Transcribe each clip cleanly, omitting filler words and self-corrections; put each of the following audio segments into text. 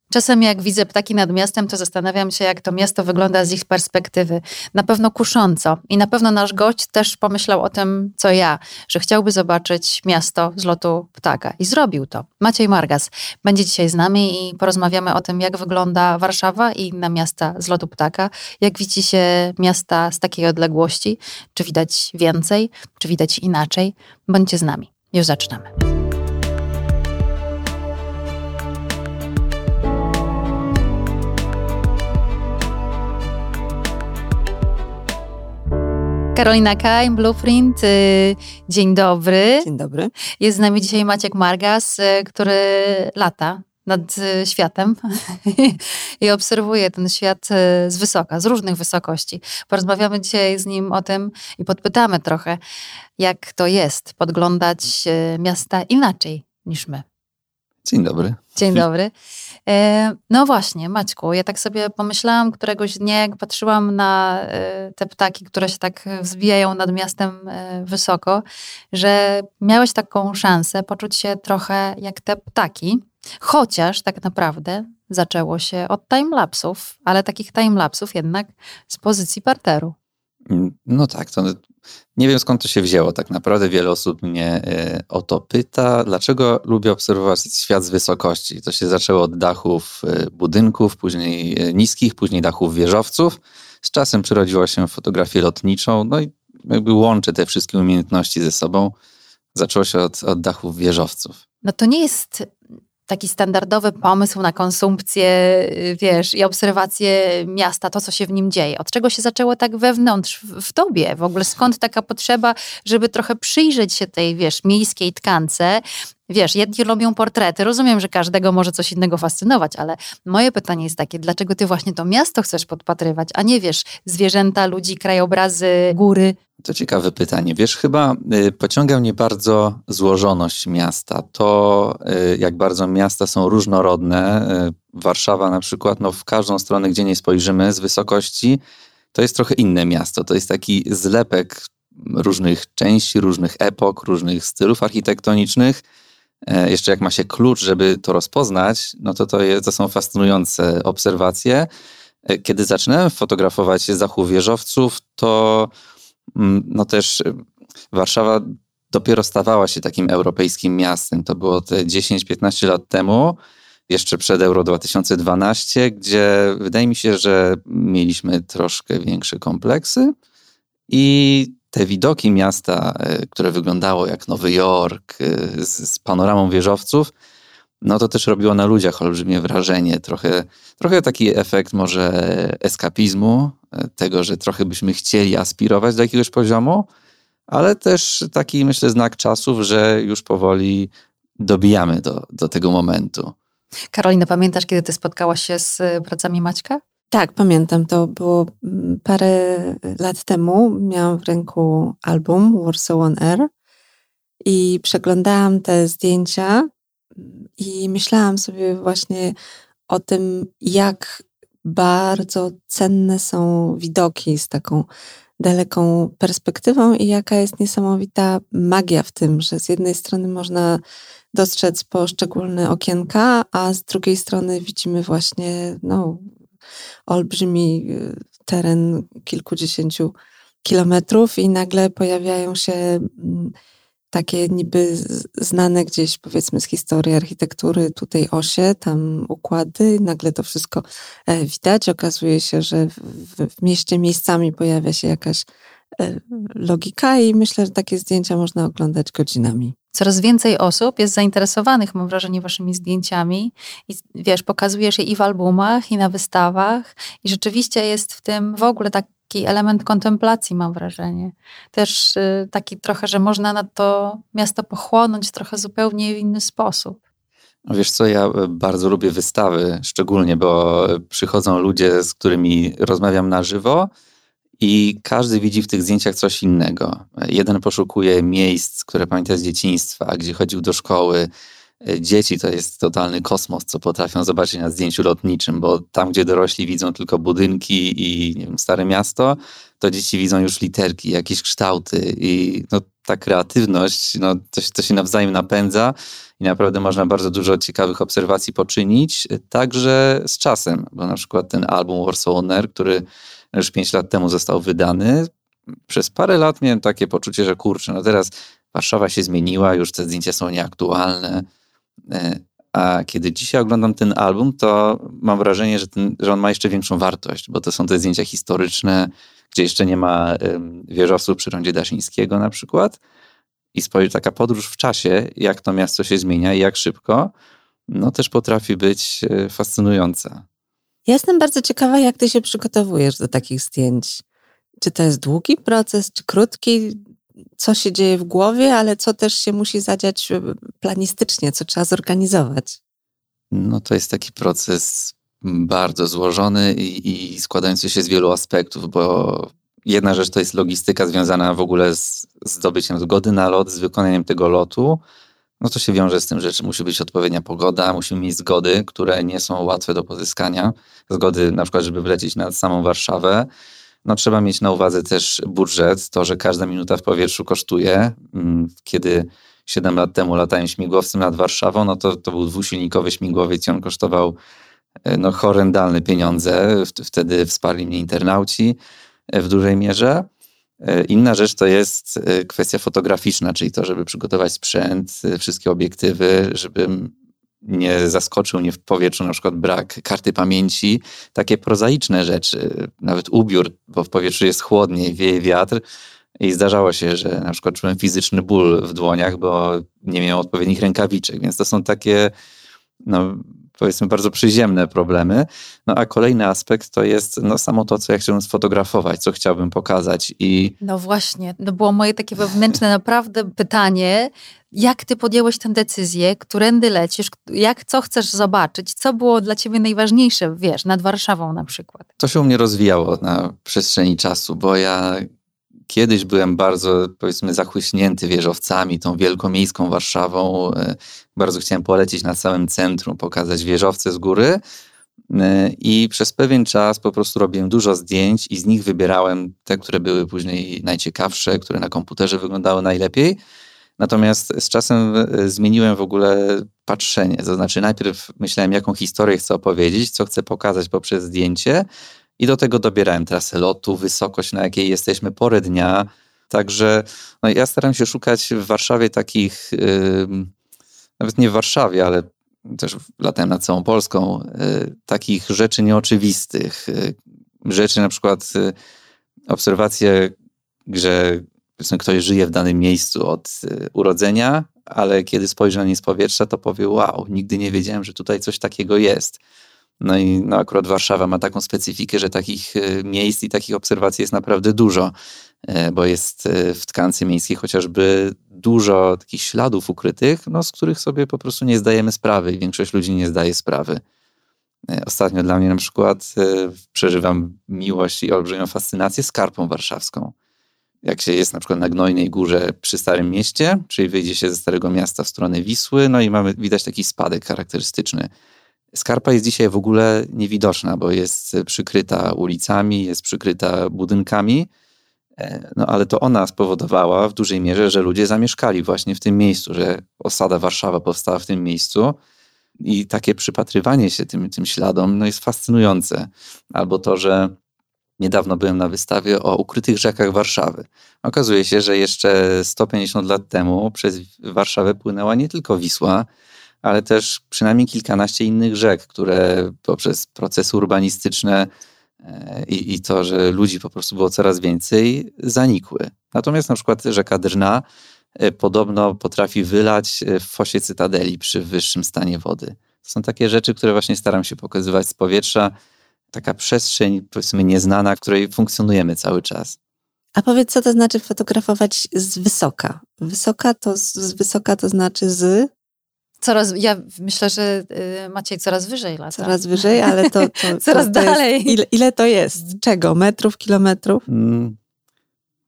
Czasem jak widzę ptaki nad miastem, to zastanawiam się, jak to miasto wygląda z ich perspektywy. Na pewno kusząco. I na pewno nasz gość też pomyślał o tym, co ja, że chciałby zobaczyć miasto z lotu ptaka. I zrobił to. Maciej Margas będzie dzisiaj z nami i porozmawiamy o tym, jak wygląda Warszawa i inne miasta z lotu ptaka. Jak widzi się miasta z takiej odległości? Czy widać więcej? Czy widać inaczej? Bądźcie z nami. Już zaczynamy. Karolina Kain, Blueprint. Dzień dobry. Dzień dobry. Jest z nami dzisiaj Maciek Margas, który lata nad światem i obserwuje ten świat z wysoka, z różnych wysokości. Porozmawiamy dzisiaj z nim o tym i podpytamy trochę, jak to jest podglądać miasta inaczej niż my. Dzień dobry. Dzień dobry. No właśnie, Maćku, ja tak sobie pomyślałam któregoś dnia, jak patrzyłam na te ptaki, które się tak wzbijają nad miastem wysoko, że miałeś taką szansę poczuć się trochę jak te ptaki, chociaż tak naprawdę zaczęło się od timelapsów, ale takich timelapsów jednak z pozycji parteru. No tak, to nie wiem skąd to się wzięło tak naprawdę. Wiele osób mnie o to pyta, dlaczego lubię obserwować świat z wysokości. To się zaczęło od dachów budynków, później niskich, później dachów wieżowców. Z czasem przerodziła się w fotografię lotniczą, no i jakby łączę te wszystkie umiejętności ze sobą. Zaczęło się od dachów wieżowców. No to nie jest taki standardowy pomysł na konsumpcję, wiesz, i obserwację miasta, to, co się w nim dzieje. Od czego się zaczęło tak wewnątrz, w tobie? W ogóle skąd taka potrzeba, żeby trochę przyjrzeć się tej, wiesz, miejskiej tkance? Wiesz, jedni lubią portrety. Rozumiem, że każdego może coś innego fascynować, ale moje pytanie jest takie, dlaczego ty właśnie to miasto chcesz podpatrywać, a nie, wiesz, zwierzęta, ludzi, krajobrazy, góry? To ciekawe pytanie. Wiesz, chyba pociąga mnie bardzo złożoność miasta. To, jak bardzo miasta są różnorodne. Warszawa na przykład, no w każdą stronę, gdzie nie spojrzymy z wysokości, to jest trochę inne miasto. To jest taki zlepek różnych części, różnych epok, różnych stylów architektonicznych. Jeszcze jak ma się klucz, żeby to rozpoznać, no to są fascynujące obserwacje. Kiedy zaczynałem fotografować z dachów wieżowców, to no też Warszawa dopiero stawała się takim europejskim miastem. To było te 10-15 lat temu, jeszcze przed Euro 2012, gdzie wydaje mi się, że mieliśmy troszkę większe kompleksy i te widoki miasta, które wyglądało jak Nowy Jork z panoramą wieżowców, no to też robiło na ludziach olbrzymie wrażenie. Trochę taki efekt może eskapizmu, tego, że trochę byśmy chcieli aspirować do jakiegoś poziomu, ale też taki, myślę, znak czasów, że już powoli dobijamy do tego momentu. Karolina, pamiętasz, kiedy ty spotkałaś się z pracami Maćka? Tak, pamiętam. To było parę lat temu. Miałam w ręku album Warsaw on Air i przeglądałam te zdjęcia i myślałam sobie właśnie o tym, jak bardzo cenne są widoki z taką daleką perspektywą i jaka jest niesamowita magia w tym, że z jednej strony można dostrzec poszczególne okienka, a z drugiej strony widzimy właśnie olbrzymi teren kilkudziesięciu kilometrów i nagle pojawiają się takie niby znane gdzieś, powiedzmy, z historii architektury tutaj osie, tam układy i nagle to wszystko widać. Okazuje się, że w mieście miejscami pojawia się jakaś logika i myślę, że takie zdjęcia można oglądać godzinami. Coraz więcej osób jest zainteresowanych, mam wrażenie, waszymi zdjęciami i wiesz, pokazujesz je i w albumach, i na wystawach i rzeczywiście jest w tym w ogóle taki element kontemplacji, mam wrażenie. Też taki trochę, że można na to miasto pochłonąć trochę zupełnie w inny sposób. No wiesz co, ja bardzo lubię wystawy, szczególnie, bo przychodzą ludzie, z którymi rozmawiam na żywo i każdy widzi w tych zdjęciach coś innego. Jeden poszukuje miejsc, które pamięta z dzieciństwa, gdzie chodził do szkoły, dzieci to jest totalny kosmos, co potrafią zobaczyć na zdjęciu lotniczym, bo tam, gdzie dorośli widzą tylko budynki i nie wiem, stare miasto, to dzieci widzą już literki, jakieś kształty i no, ta kreatywność, no, to się nawzajem napędza i naprawdę można bardzo dużo ciekawych obserwacji poczynić, także z czasem, bo na przykład ten album Warsaw On Air, który już 5 lat temu został wydany, przez parę lat miałem takie poczucie, że kurczę, no teraz Warszawa się zmieniła, już te zdjęcia są nieaktualne, a kiedy dzisiaj oglądam ten album, to mam wrażenie, że on ma jeszcze większą wartość, bo to są te zdjęcia historyczne, gdzie jeszcze nie ma wieżowców przy rondzie Daszyńskiego na przykład i taka podróż w czasie, jak to miasto się zmienia i jak szybko, no też potrafi być fascynująca. Ja jestem bardzo ciekawa, jak ty się przygotowujesz do takich zdjęć. Czy to jest długi proces, czy krótki? Co się dzieje w głowie, ale co też się musi zadziać planistycznie, co trzeba zorganizować? No to jest taki proces bardzo złożony i składający się z wielu aspektów, bo jedna rzecz to jest logistyka związana w ogóle z zdobyciem zgody na lot, z wykonaniem tego lotu. No to się wiąże z tym, że musi być odpowiednia pogoda, musimy mieć zgody, które nie są łatwe do pozyskania. Zgody na przykład, żeby wlecieć nad samą Warszawę. No trzeba mieć na uwadze też budżet, to, że każda minuta w powietrzu kosztuje. Kiedy 7 lat temu latałem śmigłowcem nad Warszawą, no to był dwusilnikowy śmigłowiec i on kosztował no, horrendalne pieniądze. Wtedy wsparli mnie internauci w dużej mierze. Inna rzecz to jest kwestia fotograficzna, czyli to, żeby przygotować sprzęt, wszystkie obiektywy, żebym nie zaskoczył mnie w powietrzu na przykład brak karty pamięci, takie prozaiczne rzeczy, nawet ubiór, bo w powietrzu jest chłodniej, wieje wiatr i zdarzało się, że na przykład czułem fizyczny ból w dłoniach, bo nie miałem odpowiednich rękawiczek, więc to są takie, no powiedzmy, bardzo przyziemne problemy. No a kolejny aspekt to jest no, samo to, co ja chciałbym sfotografować, co chciałbym pokazać. No właśnie, to było moje takie wewnętrzne naprawdę pytanie. Jak ty podjąłeś tę decyzję? Którędy lecisz? Co chcesz zobaczyć? Co było dla ciebie najważniejsze, wiesz, nad Warszawą na przykład? To się u mnie rozwijało na przestrzeni czasu, bo ja kiedyś byłem bardzo, powiedzmy, zachłyśnięty wieżowcami, tą wielkomiejską Warszawą. Bardzo chciałem polecieć na całym centrum, pokazać wieżowce z góry. I przez pewien czas po prostu robiłem dużo zdjęć i z nich wybierałem te, które były później najciekawsze, które na komputerze wyglądały najlepiej. Natomiast z czasem zmieniłem w ogóle patrzenie. To znaczy najpierw myślałem, jaką historię chcę opowiedzieć, co chcę pokazać poprzez zdjęcie i do tego dobierałem trasę lotu, wysokość, na jakiej jesteśmy, porę dnia. Także no, ja staram się szukać w Warszawie takich, nawet nie w Warszawie, ale też latałem nad całą Polską, takich rzeczy nieoczywistych. Rzeczy na przykład obserwacje, że ktoś żyje w danym miejscu od urodzenia, ale kiedy spojrzy na nie z powietrza, to powie wow, nigdy nie wiedziałem, że tutaj coś takiego jest. No i no, akurat Warszawa ma taką specyfikę, że takich miejsc i takich obserwacji jest naprawdę dużo, bo jest w tkance miejskiej chociażby dużo takich śladów ukrytych, no, z których sobie po prostu nie zdajemy sprawy i większość ludzi nie zdaje sprawy. Ostatnio dla mnie na przykład przeżywam miłość i olbrzymią fascynację Skarpą Warszawską. Jak się jest na przykład na Gnojnej Górze przy Starym Mieście, czyli wyjdzie się ze Starego Miasta w stronę Wisły, no i widać taki spadek charakterystyczny. Skarpa jest dzisiaj w ogóle niewidoczna, bo jest przykryta ulicami, jest przykryta budynkami, no ale to ona spowodowała w dużej mierze, że ludzie zamieszkali właśnie w tym miejscu, że osada Warszawa powstała w tym miejscu i takie przypatrywanie się tym śladom no jest fascynujące. Albo to, że niedawno byłem na wystawie o ukrytych rzekach Warszawy. Okazuje się, że jeszcze 150 lat temu przez Warszawę płynęła nie tylko Wisła, ale też przynajmniej kilkanaście innych rzek, które poprzez procesy urbanistyczne i to, że ludzi po prostu było coraz więcej, zanikły. Natomiast na przykład rzeka Drna podobno potrafi wylać w fosie Cytadeli przy wyższym stanie wody. To są takie rzeczy, które właśnie staram się pokazywać z powietrza. Taka przestrzeń, powiedzmy, nieznana, w której funkcjonujemy cały czas. A powiedz, co to znaczy fotografować z wysoka? Z wysoka to znaczy z... Ja myślę, że Maciej coraz wyżej lata. Coraz wyżej, ale to coraz dalej. Ile to jest? Czego? Metrów, kilometrów?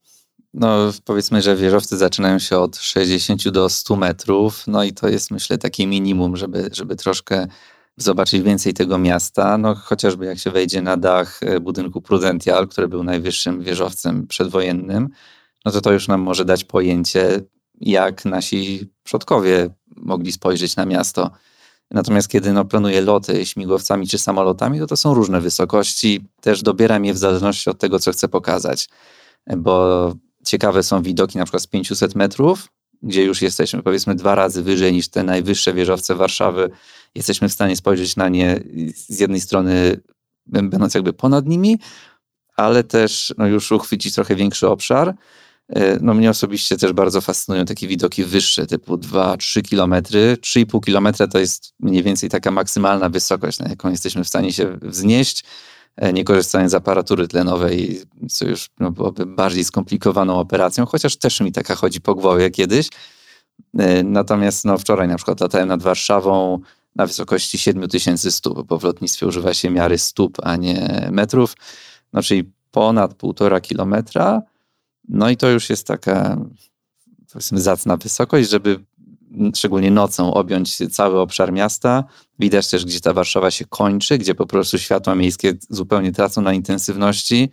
No powiedzmy, że wieżowce zaczynają się od 60 do 100 metrów, no i to jest myślę takie minimum, żeby troszkę zobaczyć więcej tego miasta. No chociażby jak się wejdzie na dach budynku Prudential, który był najwyższym wieżowcem przedwojennym, no to już nam może dać pojęcie, jak nasi przodkowie mogli spojrzeć na miasto. Natomiast kiedy planuję loty śmigłowcami czy samolotami, to są różne wysokości. Też dobieram je w zależności od tego, co chcę pokazać. Bo ciekawe są widoki na przykład z 500 metrów, gdzie już jesteśmy powiedzmy 2 razy wyżej niż te najwyższe wieżowce Warszawy. Jesteśmy w stanie spojrzeć na nie z jednej strony będąc jakby ponad nimi, ale też już uchwycić trochę większy obszar. Mnie osobiście też bardzo fascynują takie widoki wyższe, typu 2-3 kilometry. 3,5 kilometra to jest mniej więcej taka maksymalna wysokość, na jaką jesteśmy w stanie się wznieść, nie korzystając z aparatury tlenowej, co już byłoby bardziej skomplikowaną operacją, chociaż też mi taka chodzi po głowie kiedyś. Natomiast wczoraj na przykład latałem nad Warszawą na wysokości 7000 stóp, bo w lotnictwie używa się miary stóp, a nie metrów, czyli ponad 1,5 kilometra. No i to już jest taka, powiedzmy, zacna wysokość, żeby szczególnie nocą objąć cały obszar miasta. Widać też, gdzie ta Warszawa się kończy, gdzie po prostu światła miejskie zupełnie tracą na intensywności.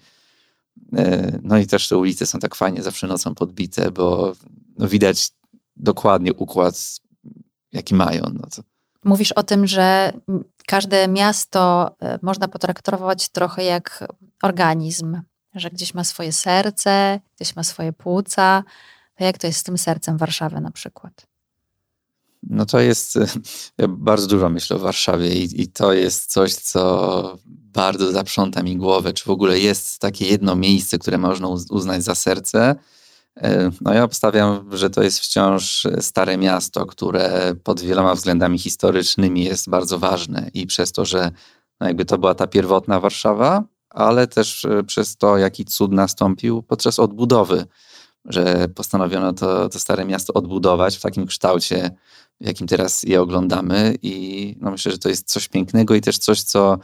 No i też te ulice są tak fajnie zawsze nocą podbite, bo widać dokładnie układ, jaki mają. Mówisz o tym, że każde miasto można potraktować trochę jak organizm, że gdzieś ma swoje serce, gdzieś ma swoje płuca. To jak to jest z tym sercem Warszawy na przykład? To jest, ja bardzo dużo myślę o Warszawie i to jest coś, co bardzo zaprząta mi głowę, czy w ogóle jest takie jedno miejsce, które można uznać za serce. Ja obstawiam, że to jest wciąż stare miasto, które pod wieloma względami historycznymi jest bardzo ważne i przez to, że jakby to była ta pierwotna Warszawa, ale też przez to, jaki cud nastąpił podczas odbudowy, że postanowiono to stare miasto odbudować w takim kształcie, w jakim teraz je oglądamy i myślę, że to jest coś pięknego i też coś, co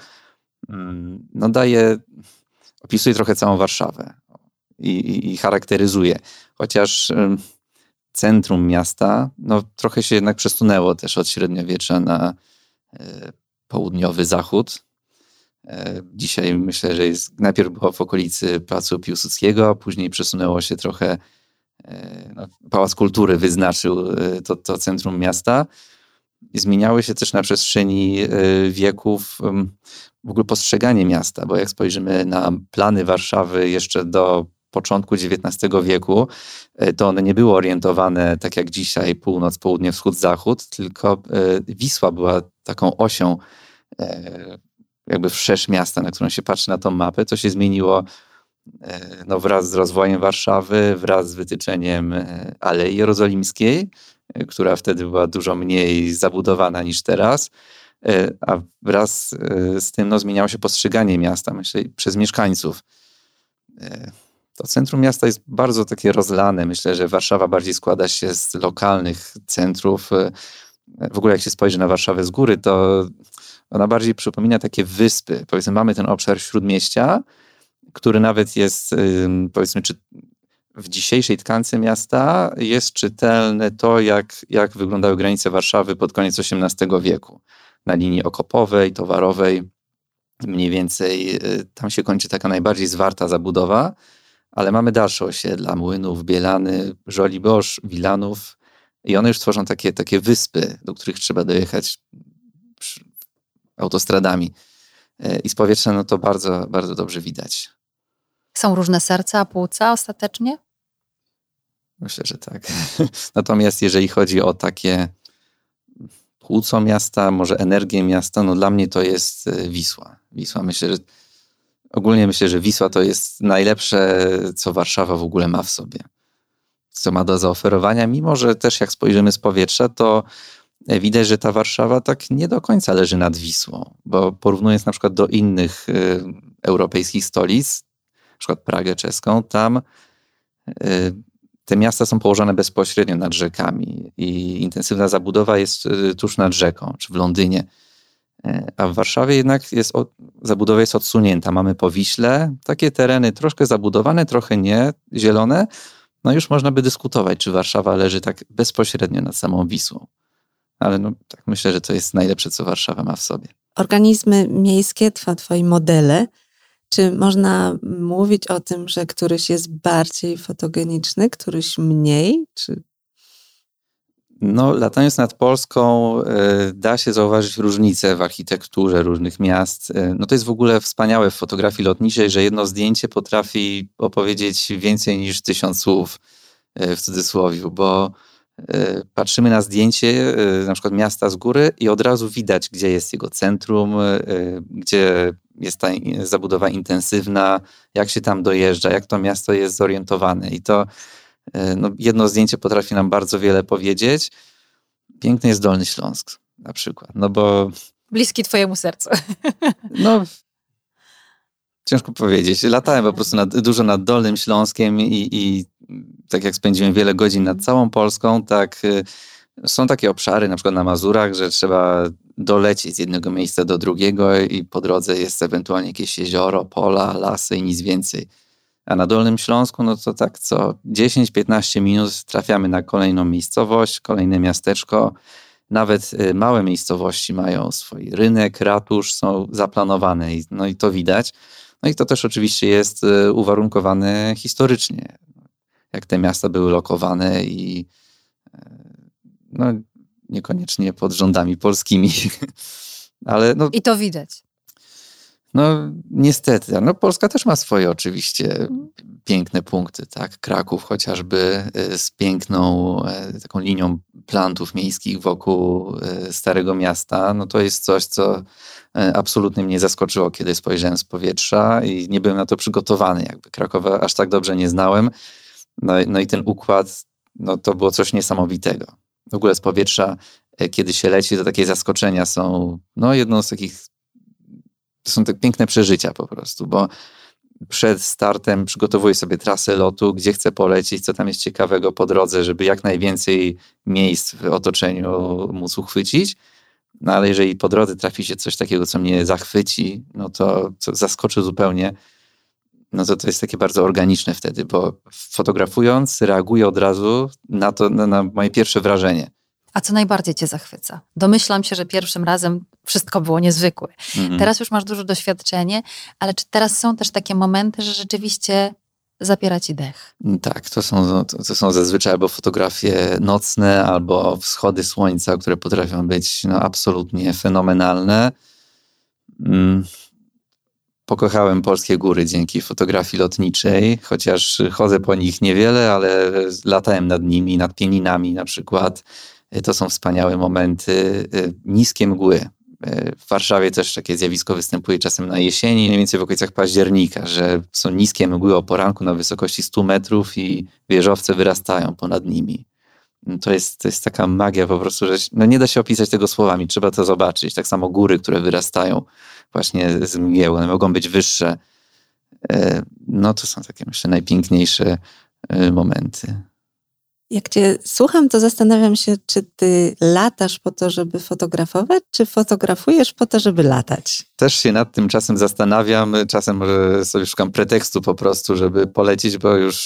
opisuje trochę całą Warszawę i charakteryzuje. Chociaż centrum miasta trochę się jednak przesunęło też od średniowiecza na południowy zachód. Dzisiaj myślę, że najpierw było w okolicy Placu Piłsudskiego, a później przesunęło się trochę, Pałac Kultury wyznaczył to centrum miasta. I zmieniały się też na przestrzeni wieków w ogóle postrzeganie miasta, bo jak spojrzymy na plany Warszawy jeszcze do początku XIX wieku, to one nie były orientowane tak jak dzisiaj północ, południe, wschód, zachód, tylko Wisła była taką osią jakby wszerz miasta, na którą się patrzy na tą mapę. To się zmieniło wraz z rozwojem Warszawy, wraz z wytyczeniem Alei Jerozolimskiej, która wtedy była dużo mniej zabudowana niż teraz, a wraz z tym zmieniało się postrzeganie miasta, myślę, przez mieszkańców. To centrum miasta jest bardzo takie rozlane. Myślę, że Warszawa bardziej składa się z lokalnych centrów. W ogóle jak się spojrzy na Warszawę z góry, to ona bardziej przypomina takie wyspy. Powiedzmy, mamy ten obszar Śródmieścia, który nawet jest, powiedzmy, czy w dzisiejszej tkance miasta jest czytelne to, jak wyglądały granice Warszawy pod koniec XVIII wieku. Na linii okopowej, towarowej, mniej więcej tam się kończy taka najbardziej zwarta zabudowa, ale mamy dalsze osiedla, Młynów, Bielany, Żoliborz, Wilanów i one już tworzą takie wyspy, do których trzeba dojechać autostradami. I z powietrza to bardzo, bardzo dobrze widać. Są różne serca, a płuca ostatecznie? Myślę, że tak. Natomiast jeżeli chodzi o takie płuco miasta, może energię miasta, dla mnie to jest Wisła. Wisła, ogólnie myślę, że Wisła to jest najlepsze, co Warszawa w ogóle ma w sobie. Co ma do zaoferowania, mimo że też jak spojrzymy z powietrza, to widać, że ta Warszawa tak nie do końca leży nad Wisłą, bo porównując na przykład do innych europejskich stolic, na przykład Pragę czeską, tam te miasta są położone bezpośrednio nad rzekami i intensywna zabudowa jest tuż nad rzeką, czy w Londynie. A w Warszawie jednak zabudowa jest odsunięta. Mamy Powiśle, takie tereny troszkę zabudowane, trochę nie, zielone, no już można by dyskutować, czy Warszawa leży tak bezpośrednio nad samą Wisłą. Ale no, tak myślę, że to jest najlepsze, co Warszawa ma w sobie. Organizmy miejskie, twoi modele, czy można mówić o tym, że któryś jest bardziej fotogeniczny, któryś mniej? No, latając nad Polską da się zauważyć różnice w architekturze różnych miast. No to jest w ogóle wspaniałe w fotografii lotniczej, że jedno zdjęcie potrafi opowiedzieć więcej niż 1000 słów, w cudzysłowie, bo patrzymy na zdjęcie na przykład miasta z góry i od razu widać, gdzie jest jego centrum, gdzie jest ta zabudowa intensywna, jak się tam dojeżdża, jak to miasto jest zorientowane. I to no, jedno zdjęcie potrafi nam bardzo wiele powiedzieć. Piękny jest Dolny Śląsk na przykład, no bo... Bliski twojemu sercu. No, ciężko powiedzieć. Latałem po prostu dużo nad Dolnym Śląskiem i tak jak spędziłem wiele godzin nad całą Polską, tak są takie obszary, na przykład na Mazurach, że trzeba dolecieć z jednego miejsca do drugiego i po drodze jest ewentualnie jakieś jezioro, pola, lasy i nic więcej. A na Dolnym Śląsku, no to tak co 10-15 minut trafiamy na kolejną miejscowość, kolejne miasteczko. Nawet małe miejscowości mają swój rynek, ratusz, są zaplanowane no i to widać. No i to też oczywiście jest uwarunkowane historycznie. Jak te miasta były lokowane i no, niekoniecznie pod rządami polskimi. Ale no, i to widać. No niestety, no Polska też ma swoje oczywiście piękne punkty, tak? Kraków chociażby z piękną taką linią plantów miejskich wokół Starego Miasta, no to jest coś, co absolutnie mnie zaskoczyło, kiedy spojrzałem z powietrza i nie byłem na to przygotowany, jakby Krakowa aż tak dobrze nie znałem. No i ten układ, no to było coś niesamowitego. W ogóle z powietrza, kiedy się leci, to takie zaskoczenia są, no jedną z takich. To są te piękne przeżycia po prostu, bo przed startem przygotowuję sobie trasę lotu, gdzie chcę polecieć, co tam jest ciekawego po drodze, żeby jak najwięcej miejsc w otoczeniu móc uchwycić. No ale jeżeli po drodze trafi się coś takiego, co mnie zachwyci, no to co zaskoczy zupełnie, no to jest takie bardzo organiczne wtedy, bo fotografując reaguję od razu na to, na moje pierwsze wrażenie. A co najbardziej cię zachwyca? Domyślam się, że pierwszym razem wszystko było niezwykłe. Teraz już masz duże doświadczenie, ale czy teraz są też takie momenty, że rzeczywiście zapiera ci dech? Tak, to są zazwyczaj albo fotografie nocne, albo wschody słońca, które potrafią być no, absolutnie fenomenalne. Pokochałem polskie góry dzięki fotografii lotniczej, chociaż chodzę po nich niewiele, ale latałem nad nimi, nad Pieninami na przykład. To są wspaniałe momenty. Niskie mgły. W Warszawie też takie zjawisko występuje czasem na jesieni, mniej więcej w okolicach października, że są niskie mgły o poranku na wysokości 100 metrów i wieżowce wyrastają ponad nimi. To jest taka magia po prostu, że no nie da się opisać tego słowami, trzeba to zobaczyć. Tak samo góry, które wyrastają właśnie z mgieł, one mogą być wyższe. No to są takie, myślę, najpiękniejsze momenty. Jak cię słucham, to zastanawiam się, czy ty latasz po to, żeby fotografować, czy fotografujesz po to, żeby latać? Też się nad tym czasem zastanawiam. Czasem może sobie szukam pretekstu po prostu, żeby polecieć, bo już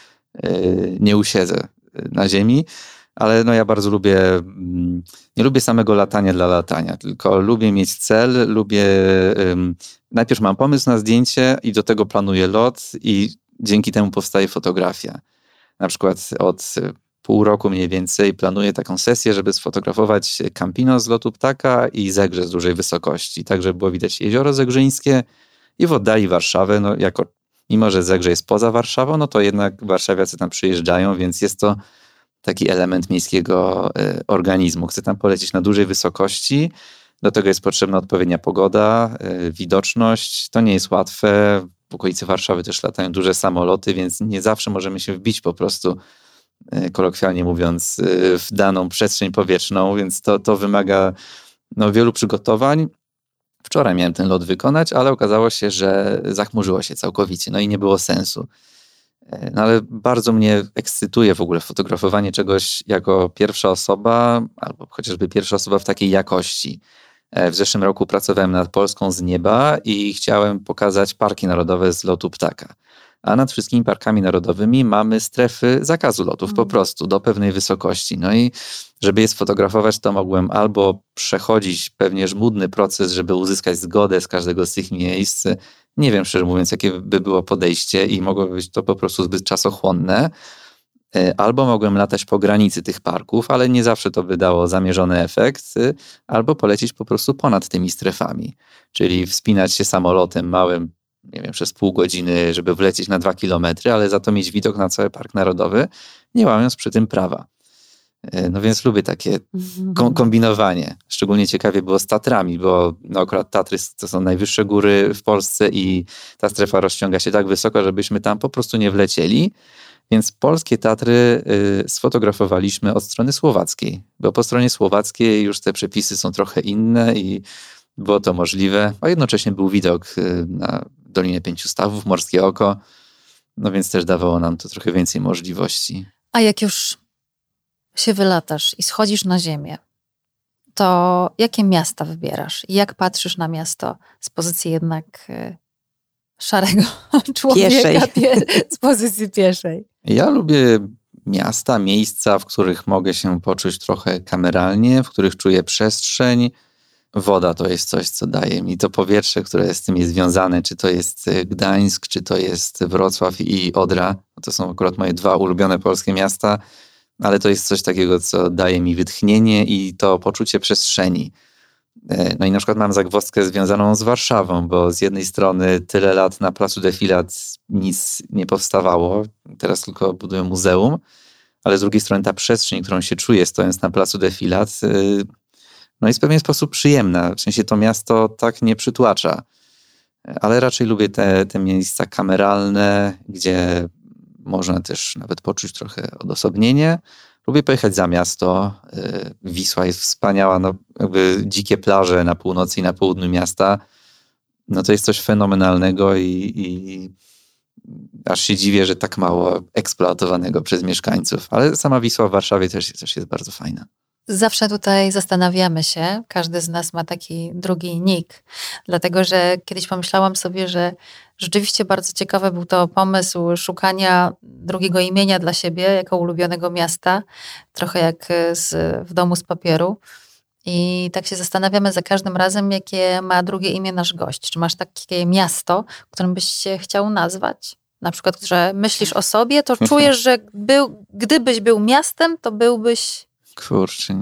nie usiedzę na ziemi. Ale no ja bardzo nie lubię samego latania dla latania, tylko lubię mieć cel, najpierw mam pomysł na zdjęcie i do tego planuję lot i dzięki temu powstaje fotografia. Na przykład od pół roku mniej więcej planuję taką sesję, żeby sfotografować Campino z lotu ptaka i Zegrze z dużej wysokości, tak żeby było widać jezioro zegrzyńskie i w oddali Warszawę, no mimo że Zegrze jest poza Warszawą, no to jednak warszawiacy tam przyjeżdżają, więc jest to taki element miejskiego organizmu. Chcę tam polecieć na dużej wysokości, do tego jest potrzebna odpowiednia pogoda, widoczność, to nie jest łatwe. W okolicy Warszawy też latają duże samoloty, więc nie zawsze możemy się wbić po prostu, kolokwialnie mówiąc, w daną przestrzeń powietrzną, więc to wymaga wielu przygotowań. Wczoraj miałem ten lot wykonać, ale okazało się, że zachmurzyło się całkowicie, no i nie było sensu. No ale bardzo mnie ekscytuje w ogóle fotografowanie czegoś jako pierwsza osoba, albo chociażby pierwsza osoba w takiej jakości. W zeszłym roku pracowałem nad Polską z nieba i chciałem pokazać parki narodowe z lotu ptaka. a nad wszystkimi parkami narodowymi mamy strefy zakazu lotów po prostu do pewnej wysokości. No i żeby je sfotografować, to mogłem albo przechodzić pewnie żmudny proces, żeby uzyskać zgodę z każdego z tych miejsc. Nie wiem, szczerze mówiąc, jakie by było podejście i mogłoby być to po prostu zbyt czasochłonne. Albo mogłem latać po granicy tych parków, ale nie zawsze to by dało zamierzony efekt, albo polecieć po prostu ponad tymi strefami, czyli wspinać się samolotem małym, nie wiem, przez pół godziny, żeby wlecieć na 2 kilometry, ale za to mieć widok na cały Park Narodowy, nie łamiąc przy tym prawa. No więc lubię takie kombinowanie. Szczególnie ciekawie było z Tatrami, bo no akurat Tatry to są najwyższe góry w Polsce i ta strefa rozciąga się tak wysoko, żebyśmy tam po prostu nie wlecieli. Więc polskie Tatry sfotografowaliśmy od strony słowackiej, bo po stronie słowackiej już te przepisy są trochę inne i było to możliwe, a jednocześnie był widok na Dolinę Pięciu Stawów, Morskie Oko, no więc też dawało nam to trochę więcej możliwości. A jak już się wylatasz i schodzisz na ziemię, to jakie miasta wybierasz? I jak patrzysz na miasto z pozycji jednak szarego człowieka, z pozycji pieszej? Ja lubię miasta, miejsca, w których mogę się poczuć trochę kameralnie, w których czuję przestrzeń. Woda to jest coś, co daje mi to powietrze, które z tym jest związane, czy to jest Gdańsk, czy to jest Wrocław i Odra. To są akurat moje 2 ulubione polskie miasta, ale to jest coś takiego, co daje mi wytchnienie i to poczucie przestrzeni. No i na przykład mam zagwozdkę związaną z Warszawą, bo z jednej strony tyle lat na placu Defilat nic nie powstawało, teraz tylko budują muzeum, ale z drugiej strony ta przestrzeń, którą się czuję stojąc na placu Defilat, no jest w pewien sposób przyjemna. W sensie to miasto tak nie przytłacza, ale raczej lubię te miejsca kameralne, gdzie można też nawet poczuć trochę odosobnienie. Lubię pojechać za miasto. Wisła jest wspaniała, no jakby dzikie plaże na północy i na południu miasta. No to jest coś fenomenalnego i aż się dziwię, że tak mało eksploatowanego przez mieszkańców. Ale sama Wisła w Warszawie też jest bardzo fajna. Zawsze tutaj zastanawiamy się, każdy z nas ma taki drugi nick, dlatego że kiedyś pomyślałam sobie, że rzeczywiście bardzo ciekawy był to pomysł szukania drugiego imienia dla siebie jako ulubionego miasta, trochę jak w Domu z papieru. I tak się zastanawiamy za każdym razem, jakie ma drugie imię nasz gość. Czy masz takie miasto, którym byś się chciał nazwać? Na przykład, że myślisz o sobie, to czujesz, że gdybyś był miastem, to byłbyś... Kurczę,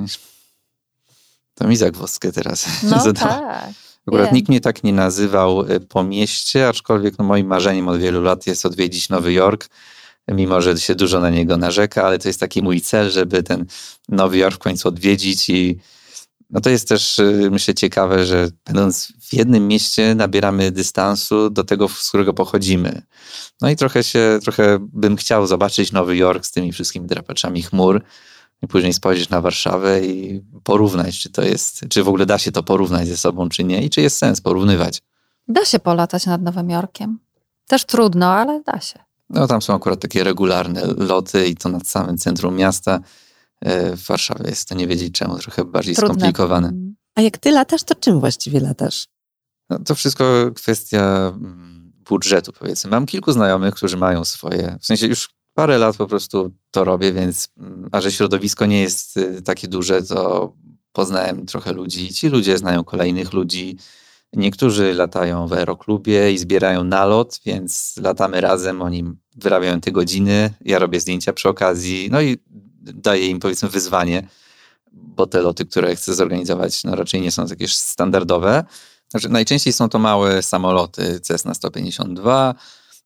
to mi zagwozdkę teraz no zadała. Tak. Akurat nikt mnie tak nie nazywał po mieście, aczkolwiek no, moim marzeniem od wielu lat jest odwiedzić Nowy Jork, mimo że się dużo na niego narzeka, ale to jest taki mój cel, żeby ten Nowy Jork w końcu odwiedzić i no to jest też, myślę, ciekawe, że będąc w jednym mieście nabieramy dystansu do tego, z którego pochodzimy. No i trochę bym chciał zobaczyć Nowy Jork z tymi wszystkimi drapaczami chmur i później spojrzeć na Warszawę i porównać, czy w ogóle da się to porównać ze sobą, czy nie i czy jest sens porównywać. Da się polatać nad Nowym Jorkiem. Też trudno, ale da się. No tam są akurat takie regularne loty i to nad samym centrum miasta. W Warszawie jest to nie wiedzieć czemu, trochę bardziej skomplikowane. A jak ty latasz, to czym właściwie latasz? No, to wszystko kwestia budżetu, powiedzmy. Mam kilku znajomych, którzy mają swoje, w sensie już parę lat po prostu to robię, więc a że środowisko nie jest takie duże, to poznałem trochę ludzi. Ci ludzie znają kolejnych ludzi. Niektórzy latają w aeroklubie i zbierają nalot, więc latamy razem, oni wyrabiają te godziny, ja robię zdjęcia przy okazji, no i daję im powiedzmy wyzwanie, bo te loty, które chcę zorganizować, no raczej nie są jakieś standardowe. Znaczy, najczęściej są to małe samoloty, Cessna 152,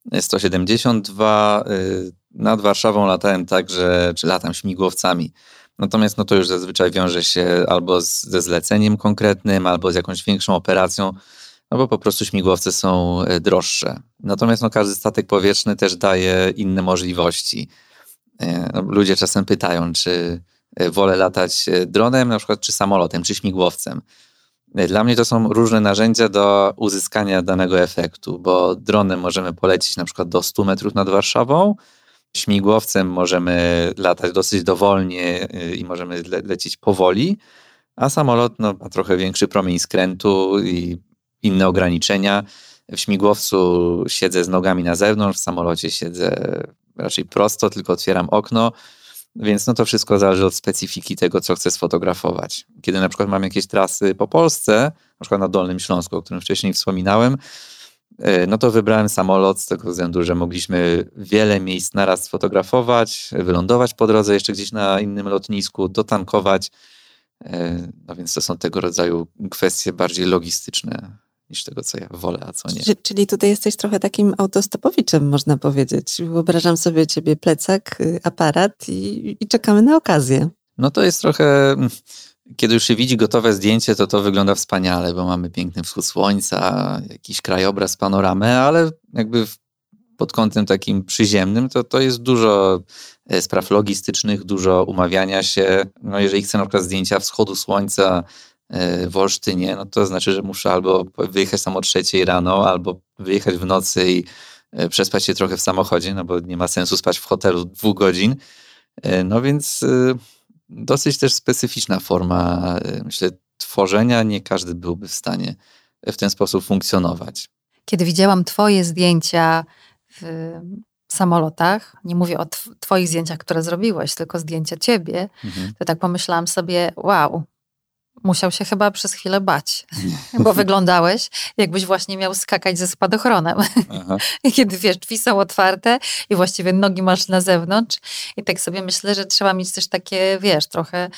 172. Nad Warszawą latałem latam śmigłowcami. Natomiast no to już zazwyczaj wiąże się albo ze zleceniem konkretnym, albo z jakąś większą operacją, no bo po prostu śmigłowce są droższe. Natomiast no każdy statek powietrzny też daje inne możliwości. Ludzie czasem pytają, czy wolę latać dronem, na przykład, czy samolotem, czy śmigłowcem. Dla mnie to są różne narzędzia do uzyskania danego efektu, bo dronem możemy polecieć na przykład do 100 metrów nad Warszawą, śmigłowcem możemy latać dosyć dowolnie i możemy lecieć powoli, a samolot ma trochę większy promień skrętu i inne ograniczenia, W śmigłowcu siedzę z nogami na zewnątrz, w samolocie siedzę raczej prosto, tylko otwieram okno, więc no to wszystko zależy od specyfiki tego, co chcę sfotografować. Kiedy na przykład mam jakieś trasy po Polsce, na przykład na Dolnym Śląsku, o którym wcześniej wspominałem, no to wybrałem samolot z tego względu, że mogliśmy wiele miejsc naraz sfotografować, wylądować po drodze jeszcze gdzieś na innym lotnisku, dotankować. No więc to są tego rodzaju kwestie bardziej logistyczne niż tego, co ja wolę, a co nie. Czyli tutaj jesteś trochę takim autostopowiczem, można powiedzieć. Wyobrażam sobie ciebie plecak, aparat i czekamy na okazję. No to jest trochę... Kiedy już się widzi gotowe zdjęcie, to wygląda wspaniale, bo mamy piękny wschód słońca, jakiś krajobraz, panoramę, ale jakby pod kątem takim przyziemnym to jest dużo spraw logistycznych, dużo umawiania się. No jeżeli chcę na przykład zdjęcia wschodu słońca w Olsztynie, no to znaczy, że muszę albo wyjechać tam o 3 rano, albo wyjechać w nocy i przespać się trochę w samochodzie, no bo nie ma sensu spać w hotelu 2 godzin. No więc... Dosyć też specyficzna forma, myślę, tworzenia. Nie każdy byłby w stanie w ten sposób funkcjonować. Kiedy widziałam twoje zdjęcia w samolotach, nie mówię o twoich zdjęciach, które zrobiłeś, tylko zdjęcia ciebie, to tak pomyślałam sobie, wow, musiał się chyba przez chwilę bać, bo wyglądałeś, jakbyś właśnie miał skakać ze spadochronem. I kiedy wiesz, drzwi są otwarte i właściwie nogi masz na zewnątrz i tak sobie myślę, że trzeba mieć też takie, wiesz, trochę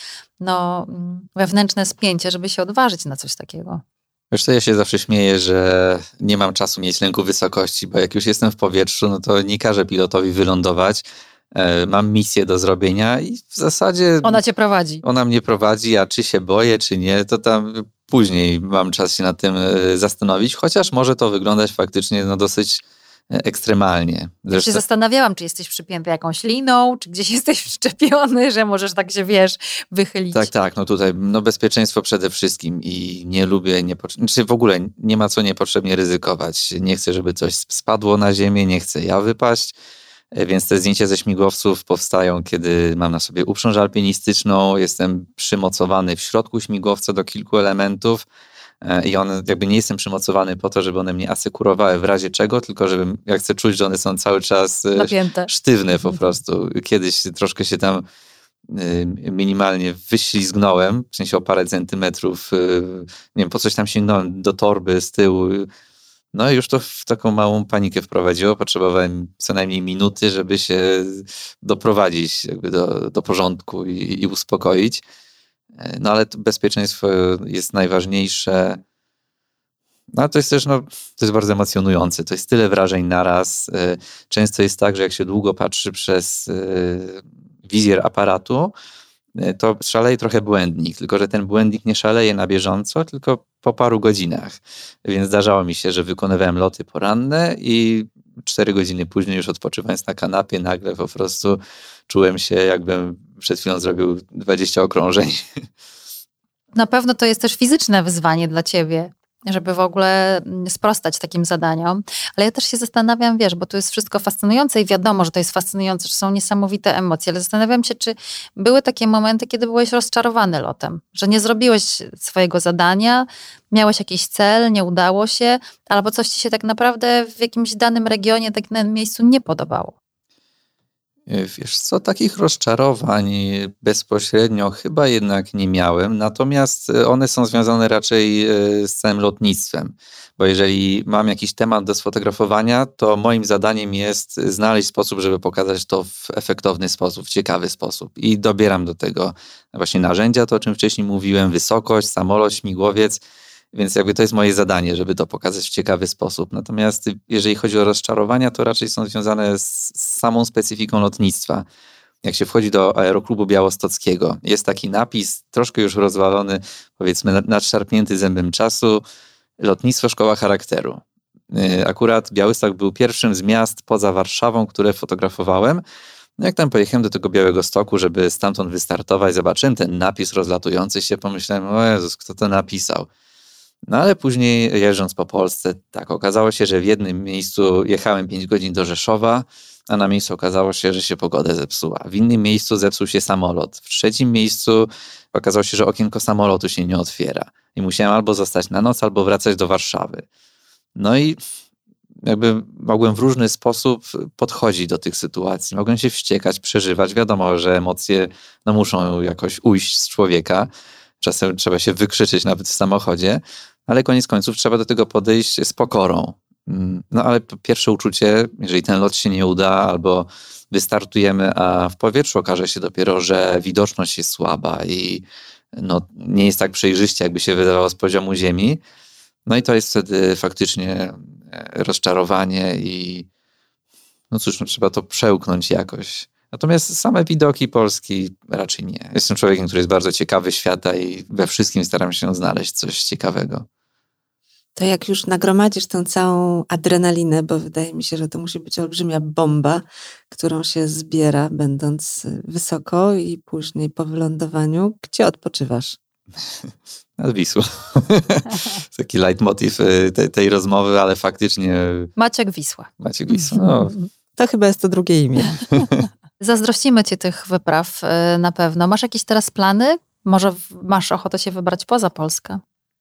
wewnętrzne spięcie, żeby się odważyć na coś takiego. Wiesz co, ja się zawsze śmieję, że nie mam czasu mieć lęku wysokości, bo jak już jestem w powietrzu, no to nie każę pilotowi wylądować. Mam misję do zrobienia i w zasadzie... Ona cię prowadzi. Ona mnie prowadzi, a czy się boję, czy nie, to tam później mam czas się nad tym zastanowić, chociaż może to wyglądać faktycznie dosyć ekstremalnie. Ja się zastanawiałam, czy jesteś przypięty jakąś liną, czy gdzieś jesteś przyczepiony, że możesz tak się, wiesz, wychylić. Tak, no tutaj bezpieczeństwo przede wszystkim i nie lubię, czy w ogóle nie ma co niepotrzebnie ryzykować. Nie chcę, żeby coś spadło na ziemię, nie chcę ja wypaść. Więc te zdjęcia ze śmigłowców powstają, kiedy mam na sobie uprząż alpinistyczną, jestem przymocowany w środku śmigłowca do kilku elementów i one jakby nie jestem przymocowany po to, żeby one mnie asekurowały w razie czego, tylko żebym, ja chcę czuć, że one są cały czas napięte, sztywne po prostu. Kiedyś troszkę się tam minimalnie wyślizgnąłem, w sensie o parę centymetrów, nie wiem, po coś tam sięgnąłem do torby z tyłu. No i już to w taką małą panikę wprowadziło. Potrzebowałem co najmniej minuty, żeby się doprowadzić jakby do porządku i uspokoić. No ale to bezpieczeństwo jest najważniejsze. No ale to jest też, to jest bardzo emocjonujące. To jest tyle wrażeń naraz. Często jest tak, że jak się długo patrzy przez wizjer aparatu, to szaleje trochę błędnik, tylko że ten błędnik nie szaleje na bieżąco, tylko po paru godzinach. Więc zdarzało mi się, że wykonywałem loty poranne i 4 godziny później już odpoczywając na kanapie nagle po prostu czułem się, jakbym przed chwilą zrobił 20 okrążeń. Na pewno to jest też fizyczne wyzwanie dla ciebie, żeby w ogóle sprostać takim zadaniom. Ale ja też się zastanawiam, wiesz, bo to jest wszystko fascynujące i wiadomo, że to jest fascynujące, że są niesamowite emocje, ale zastanawiam się, czy były takie momenty, kiedy byłeś rozczarowany lotem, że nie zrobiłeś swojego zadania, miałeś jakiś cel, nie udało się, albo coś ci się tak naprawdę w jakimś danym regionie, tak na miejscu nie podobało. Wiesz co, takich rozczarowań bezpośrednio chyba jednak nie miałem, natomiast one są związane raczej z całym lotnictwem, bo jeżeli mam jakiś temat do sfotografowania, to moim zadaniem jest znaleźć sposób, żeby pokazać to w efektowny sposób, w ciekawy sposób i dobieram do tego właśnie narzędzia, to o czym wcześniej mówiłem, wysokość, samolot, śmigłowiec, więc jakby to jest moje zadanie, żeby to pokazać w ciekawy sposób. Natomiast jeżeli chodzi o rozczarowania, to raczej są związane z samą specyfiką lotnictwa. Jak się wchodzi do Aeroklubu Białostockiego, jest taki napis, troszkę już rozwalony, powiedzmy nadszarpnięty zębem czasu, lotnictwo, szkoła charakteru. Akurat Białystok był pierwszym z miast poza Warszawą, które fotografowałem. No jak tam pojechałem do tego Białegostoku, żeby stamtąd wystartować, zobaczyłem ten napis rozlatujący się, pomyślałem, o Jezus, kto to napisał? No ale później jeżdżąc po Polsce, tak, okazało się, że w jednym miejscu jechałem 5 godzin do Rzeszowa, a na miejscu okazało się, że się pogoda zepsuła. W innym miejscu zepsuł się samolot. W trzecim miejscu okazało się, że okienko samolotu się nie otwiera. I musiałem albo zostać na noc, albo wracać do Warszawy. No i jakby mogłem w różny sposób podchodzić do tych sytuacji. Mogłem się wściekać, przeżywać. Wiadomo, że emocje muszą jakoś ujść z człowieka. Czasem trzeba się wykrzyczeć nawet w samochodzie, ale koniec końców trzeba do tego podejść z pokorą. No ale pierwsze uczucie, jeżeli ten lot się nie uda albo wystartujemy, a w powietrzu okaże się dopiero, że widoczność jest słaba i nie jest tak przejrzyście, jakby się wydawało z poziomu ziemi. No i to jest wtedy faktycznie rozczarowanie i trzeba to przełknąć jakoś. Natomiast same widoki Polski raczej nie. Jestem człowiekiem, który jest bardzo ciekawy świata i we wszystkim staram się znaleźć coś ciekawego. To jak już nagromadzisz tę całą adrenalinę, bo wydaje mi się, że to musi być olbrzymia bomba, którą się zbiera, będąc wysoko i później po wylądowaniu, gdzie odpoczywasz? Nad Wisłą. Taki leitmotiv tej rozmowy, ale faktycznie... Maciek Wisła. Maciek Wisła. To chyba jest to drugie imię. Zazdrościmy ci tych wypraw na pewno. Masz jakieś teraz plany? Może masz ochotę się wybrać poza Polskę?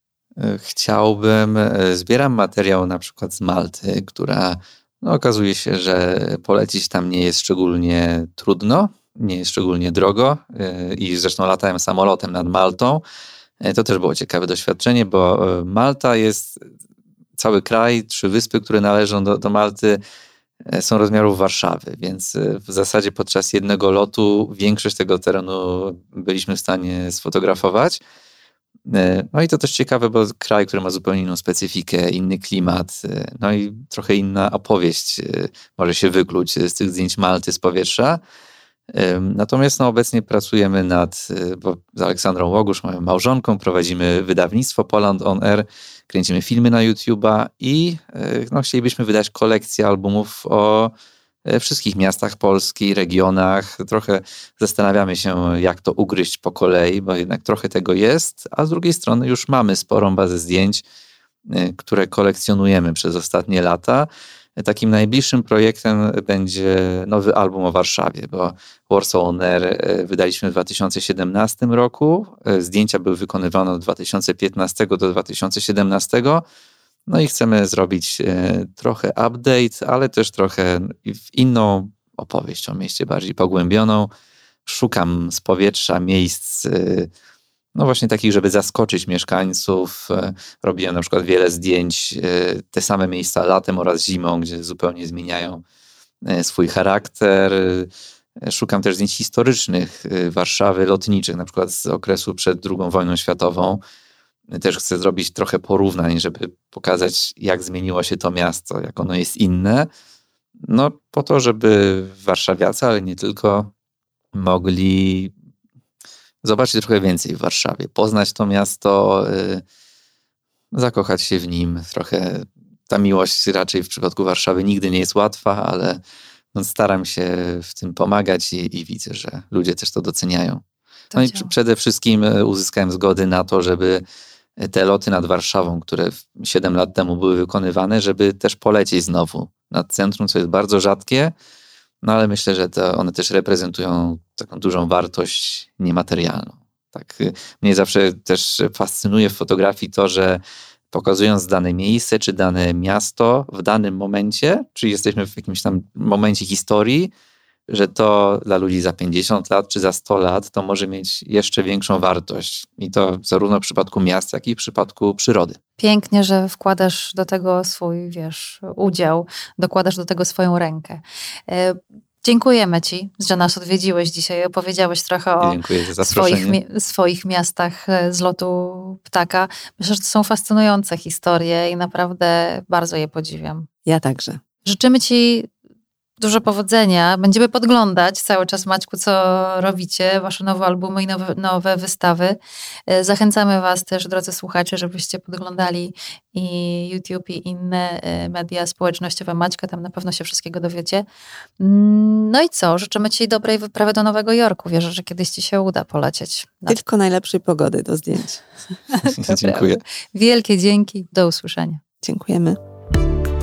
Chciałbym, zbieram materiał na przykład z Malty, która okazuje się, że polecić tam nie jest szczególnie trudno, nie jest szczególnie drogo i zresztą latałem samolotem nad Maltą. To też było ciekawe doświadczenie, bo Malta jest cały kraj, 3 wyspy, które należą do Malty, są rozmiarów Warszawy, więc w zasadzie podczas jednego lotu większość tego terenu byliśmy w stanie sfotografować. No i to też ciekawe, bo kraj, który ma zupełnie inną specyfikę, inny klimat, no i trochę inna opowieść może się wykluć z tych zdjęć Malty z powietrza. Natomiast obecnie pracujemy bo z Aleksandrą Łogusz, moją małżonką, prowadzimy wydawnictwo Poland On Air, kręcimy filmy na YouTube'a i chcielibyśmy wydać kolekcję albumów o wszystkich miastach Polski, regionach. Trochę zastanawiamy się, jak to ugryźć po kolei, bo jednak trochę tego jest, a z drugiej strony już mamy sporą bazę zdjęć, które kolekcjonujemy przez ostatnie lata. Takim najbliższym projektem będzie nowy album o Warszawie, bo Warsaw On Air wydaliśmy w 2017 roku. Zdjęcia były wykonywane od 2015 do 2017. No i chcemy zrobić trochę update, ale też trochę inną opowieść o mieście, bardziej pogłębioną. Szukam z powietrza miejsc, właśnie takich, żeby zaskoczyć mieszkańców. Robiłem na przykład wiele zdjęć, te same miejsca latem oraz zimą, gdzie zupełnie zmieniają swój charakter. Szukam też zdjęć historycznych Warszawy, lotniczych, na przykład z okresu przed II wojną światową. Też chcę zrobić trochę porównań, żeby pokazać, jak zmieniło się to miasto, jak ono jest inne. Po to, żeby warszawiacy, ale nie tylko, mogli zobaczyć trochę więcej w Warszawie, poznać to miasto, zakochać się w nim. Trochę ta miłość raczej w przypadku Warszawy nigdy nie jest łatwa, ale staram się w tym pomagać i widzę, że ludzie też to doceniają. I przede wszystkim uzyskałem zgody na to, żeby te loty nad Warszawą, które 7 lat temu były wykonywane, żeby też polecieć znowu nad centrum, co jest bardzo rzadkie, ale myślę, że one też reprezentują taką dużą wartość niematerialną. Tak, mnie zawsze też fascynuje w fotografii to, że pokazując dane miejsce czy dane miasto w danym momencie, czy jesteśmy w jakimś tam momencie historii, że to dla ludzi za 50 lat czy za 100 lat to może mieć jeszcze większą wartość. I to zarówno w przypadku miast, jak i w przypadku przyrody. Pięknie, że wkładasz do tego swój, udział, dokładasz do tego swoją rękę. Dziękujemy ci, że nas odwiedziłeś dzisiaj, opowiedziałeś trochę o swoich miastach z lotu ptaka. Myślę, że to są fascynujące historie i naprawdę bardzo je podziwiam. Ja także. Życzymy ci dużo powodzenia. Będziemy podglądać cały czas, Maćku, co robicie, wasze nowe albumy i nowe wystawy. Zachęcamy was też, drodzy słuchacze, żebyście podglądali i YouTube, i inne media społecznościowe Maćka. Tam na pewno się wszystkiego dowiecie. No i co? Życzymy ci dobrej wyprawy do Nowego Jorku. Wierzę, że kiedyś ci się uda polecieć. Tylko najlepszej pogody do zdjęć. Dziękuję. Wielkie dzięki. Do usłyszenia. Dziękujemy.